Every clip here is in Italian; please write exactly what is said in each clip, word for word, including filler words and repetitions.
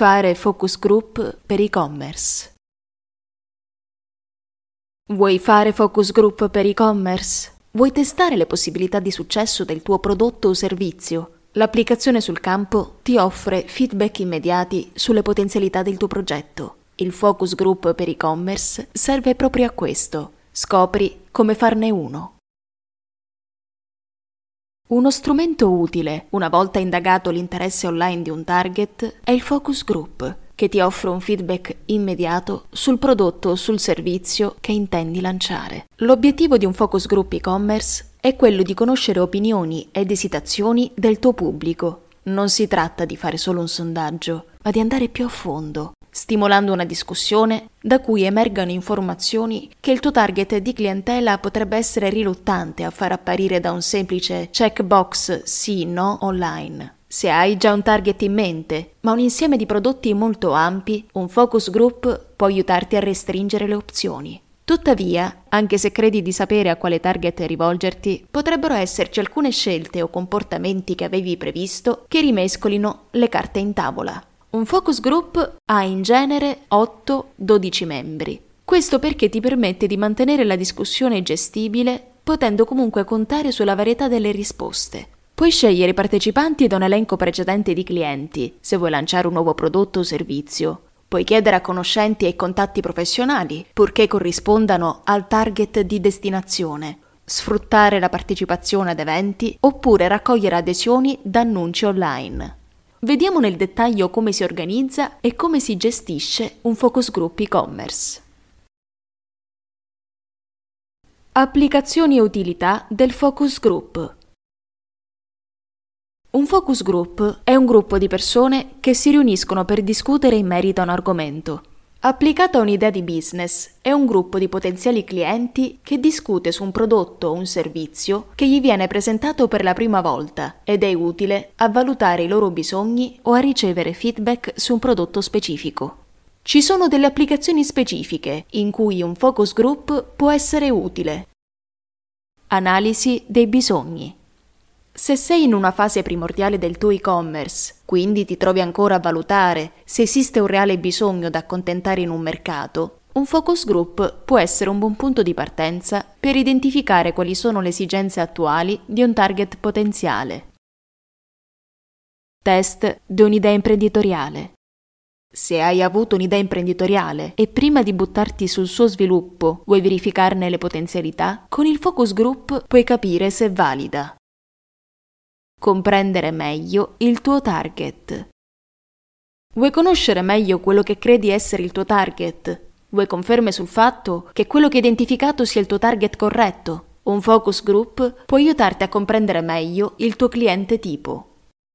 Fare focus group per e-commerce. Vuoi fare focus group per e-commerce? Vuoi testare le possibilità di successo del tuo prodotto o servizio? L'applicazione sul campo ti offre feedback immediati sulle potenzialità del tuo progetto. Il focus group per e-commerce serve proprio a questo. Scopri come farne uno. Uno strumento utile, una volta indagato l'interesse online di un target, è il focus group, che ti offre un feedback immediato sul prodotto o sul servizio che intendi lanciare. L'obiettivo di un focus group e-commerce è quello di conoscere opinioni ed esitazioni del tuo pubblico. Non si tratta di fare solo un sondaggio, ma di andare più a fondo, stimolando una discussione da cui emergano informazioni che il tuo target di clientela potrebbe essere riluttante a far apparire da un semplice checkbox sì-no online. Se hai già un target in mente, ma un insieme di prodotti molto ampi, un focus group può aiutarti a restringere le opzioni. Tuttavia, anche se credi di sapere a quale target rivolgerti, potrebbero esserci alcune scelte o comportamenti che avevi previsto che rimescolino le carte in tavola. Un focus group ha in genere otto dodici membri. Questo perché ti permette di mantenere la discussione gestibile, potendo comunque contare sulla varietà delle risposte. Puoi scegliere i partecipanti da un elenco precedente di clienti, se vuoi lanciare un nuovo prodotto o servizio. Puoi chiedere a conoscenti e contatti professionali, purché corrispondano al target di destinazione, sfruttare la partecipazione ad eventi oppure raccogliere adesioni da annunci online. Vediamo nel dettaglio come si organizza e come si gestisce un focus group e-commerce. Applicazioni e utilità del focus group. Un focus group è un gruppo di persone che si riuniscono per discutere in merito a un argomento. Applicato a un'idea di business, è un gruppo di potenziali clienti che discute su un prodotto o un servizio che gli viene presentato per la prima volta ed è utile a valutare i loro bisogni o a ricevere feedback su un prodotto specifico. Ci sono delle applicazioni specifiche in cui un focus group può essere utile. Analisi dei bisogni. Se sei in una fase primordiale del tuo e-commerce, quindi ti trovi ancora a valutare se esiste un reale bisogno da accontentare in un mercato, un focus group può essere un buon punto di partenza per identificare quali sono le esigenze attuali di un target potenziale. Test di un'idea imprenditoriale. Se hai avuto un'idea imprenditoriale e prima di buttarti sul suo sviluppo vuoi verificarne le potenzialità, con il focus group puoi capire se è valida. Comprendere meglio il tuo target. Vuoi conoscere meglio quello che credi essere il tuo target? Vuoi conferme sul fatto che quello che hai identificato sia il tuo target corretto? Un focus group può aiutarti a comprendere meglio il tuo cliente tipo.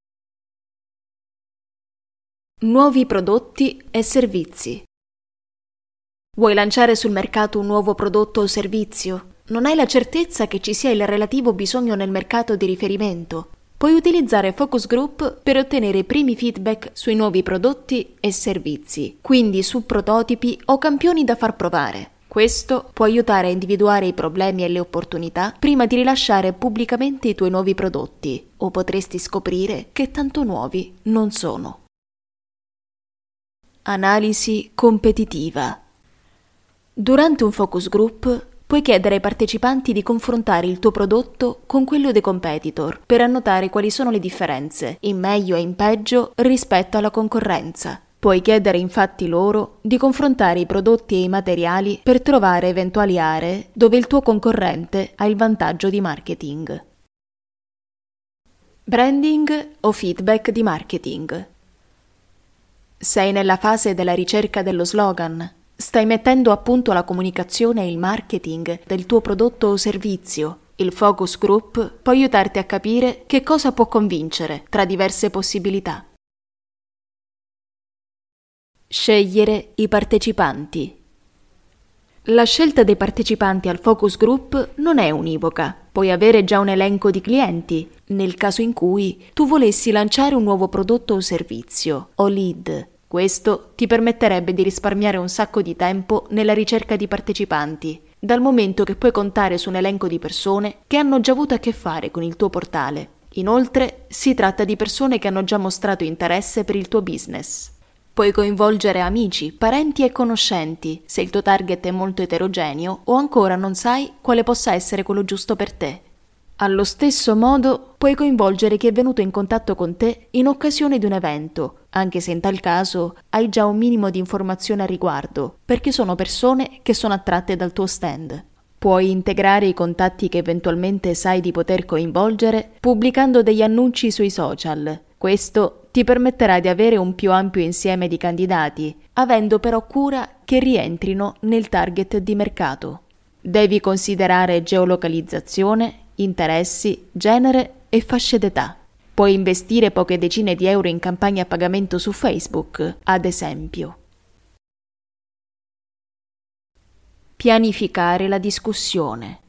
Nuovi prodotti e servizi. Vuoi lanciare sul mercato un nuovo prodotto o servizio? Non hai la certezza che ci sia il relativo bisogno nel mercato di riferimento? Puoi utilizzare focus group per ottenere i primi feedback sui nuovi prodotti e servizi, quindi su prototipi o campioni da far provare. Questo può aiutare a individuare i problemi e le opportunità prima di rilasciare pubblicamente i tuoi nuovi prodotti, o potresti scoprire che tanto nuovi non sono. Analisi competitiva. Durante un focus group puoi chiedere ai partecipanti di confrontare il tuo prodotto con quello dei competitor per annotare quali sono le differenze, in meglio e in peggio, rispetto alla concorrenza. Puoi chiedere infatti loro di confrontare i prodotti e i materiali per trovare eventuali aree dove il tuo concorrente ha il vantaggio di marketing. Branding o feedback di marketing. Sei nella fase della ricerca dello slogan? Stai mettendo a punto la comunicazione e il marketing del tuo prodotto o servizio. Il focus group può aiutarti a capire che cosa può convincere tra diverse possibilità. Scegliere i partecipanti. La scelta dei partecipanti al focus group non è univoca. Puoi avere già un elenco di clienti, nel caso in cui tu volessi lanciare un nuovo prodotto o servizio, o lead. Questo ti permetterebbe di risparmiare un sacco di tempo nella ricerca di partecipanti, dal momento che puoi contare su un elenco di persone che hanno già avuto a che fare con il tuo portale. Inoltre, si tratta di persone che hanno già mostrato interesse per il tuo business. Puoi coinvolgere amici, parenti e conoscenti, se il tuo target è molto eterogeneo o ancora non sai quale possa essere quello giusto per te. Allo stesso modo, puoi coinvolgere chi è venuto in contatto con te in occasione di un evento, anche se in tal caso hai già un minimo di informazione a riguardo, perché sono persone che sono attratte dal tuo stand. Puoi integrare i contatti che eventualmente sai di poter coinvolgere pubblicando degli annunci sui social. Questo ti permetterà di avere un più ampio insieme di candidati, avendo però cura che rientrino nel target di mercato. Devi considerare geolocalizzazione, interessi, genere e fasce d'età. Puoi investire poche decine di euro in campagne a pagamento su Facebook, ad esempio. Pianificare la discussione.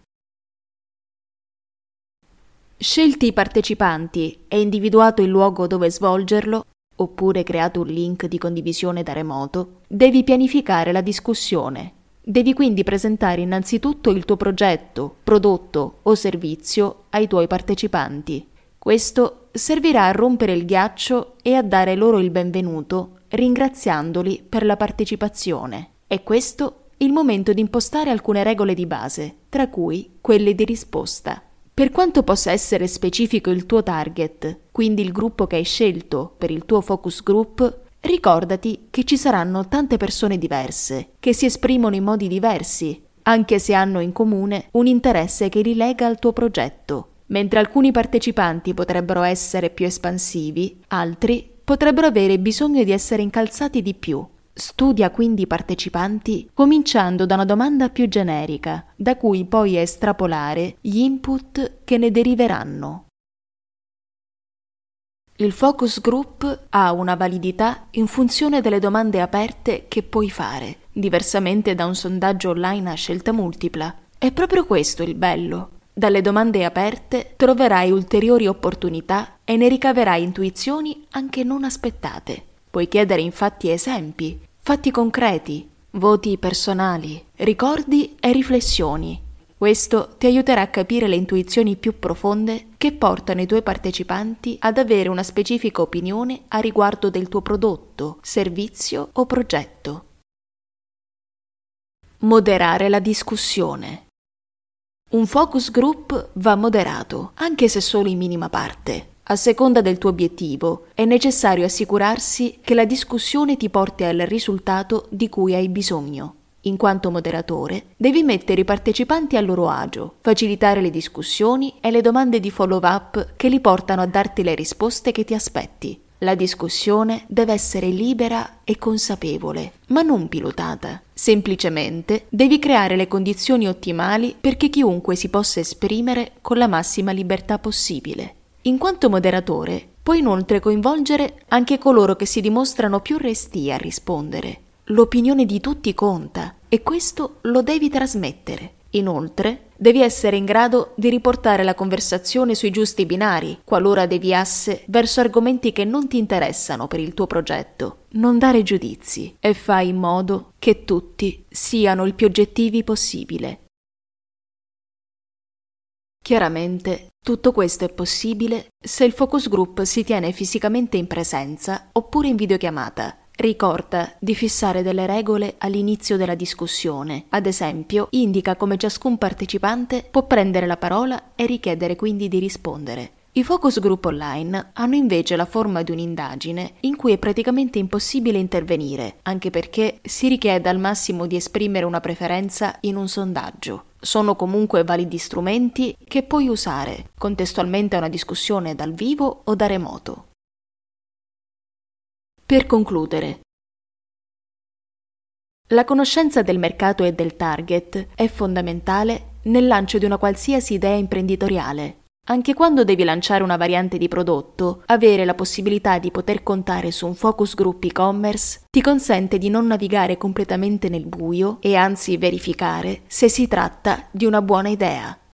Scelti i partecipanti e individuato il luogo dove svolgerlo, oppure creato un link di condivisione da remoto, devi pianificare la discussione. Devi quindi presentare innanzitutto il tuo progetto, prodotto o servizio ai tuoi partecipanti. Questo servirà a rompere il ghiaccio e a dare loro il benvenuto, ringraziandoli per la partecipazione. È questo il momento di impostare alcune regole di base, tra cui quelle di risposta. Per quanto possa essere specifico il tuo target, quindi il gruppo che hai scelto per il tuo focus group, ricordati che ci saranno tante persone diverse, che si esprimono in modi diversi, anche se hanno in comune un interesse che li lega al tuo progetto. Mentre alcuni partecipanti potrebbero essere più espansivi, altri potrebbero avere bisogno di essere incalzati di più. Studia quindi i partecipanti cominciando da una domanda più generica, da cui poi estrapolare gli input che ne deriveranno. Il focus group ha una validità in funzione delle domande aperte che puoi fare, diversamente da un sondaggio online a scelta multipla. È proprio questo il bello. Dalle domande aperte troverai ulteriori opportunità e ne ricaverai intuizioni anche non aspettate. Puoi chiedere infatti esempi, fatti concreti, voti personali, ricordi e riflessioni. Questo ti aiuterà a capire le intuizioni più profonde che portano i tuoi partecipanti ad avere una specifica opinione a riguardo del tuo prodotto, servizio o progetto. Moderare la discussione. Un focus group va moderato, anche se solo in minima parte. A seconda del tuo obiettivo, è necessario assicurarsi che la discussione ti porti al risultato di cui hai bisogno. In quanto moderatore, devi mettere i partecipanti a loro agio, facilitare le discussioni e le domande di follow-up che li portano a darti le risposte che ti aspetti. La discussione deve essere libera e consapevole, ma non pilotata. Semplicemente devi creare le condizioni ottimali perché chiunque si possa esprimere con la massima libertà possibile. In quanto moderatore, puoi inoltre coinvolgere anche coloro che si dimostrano più restii a rispondere. L'opinione di tutti conta e questo lo devi trasmettere. Inoltre, devi essere in grado di riportare la conversazione sui giusti binari, qualora deviasse verso argomenti che non ti interessano per il tuo progetto. Non dare giudizi e fai in modo che tutti siano il più oggettivi possibile. Chiaramente, tutto questo è possibile se il focus group si tiene fisicamente in presenza oppure in videochiamata. Ricorda di fissare delle regole all'inizio della discussione. Ad esempio, indica come ciascun partecipante può prendere la parola e richiedere quindi di rispondere. I focus group online hanno invece la forma di un'indagine in cui è praticamente impossibile intervenire, anche perché si richiede al massimo di esprimere una preferenza in un sondaggio. Sono comunque validi strumenti che puoi usare contestualmente a una discussione dal vivo o da remoto. Per concludere, la conoscenza del mercato e del target è fondamentale nel lancio di una qualsiasi idea imprenditoriale. Anche quando devi lanciare una variante di prodotto, avere la possibilità di poter contare su un focus group e-commerce ti consente di non navigare completamente nel buio e anzi verificare se si tratta di una buona idea.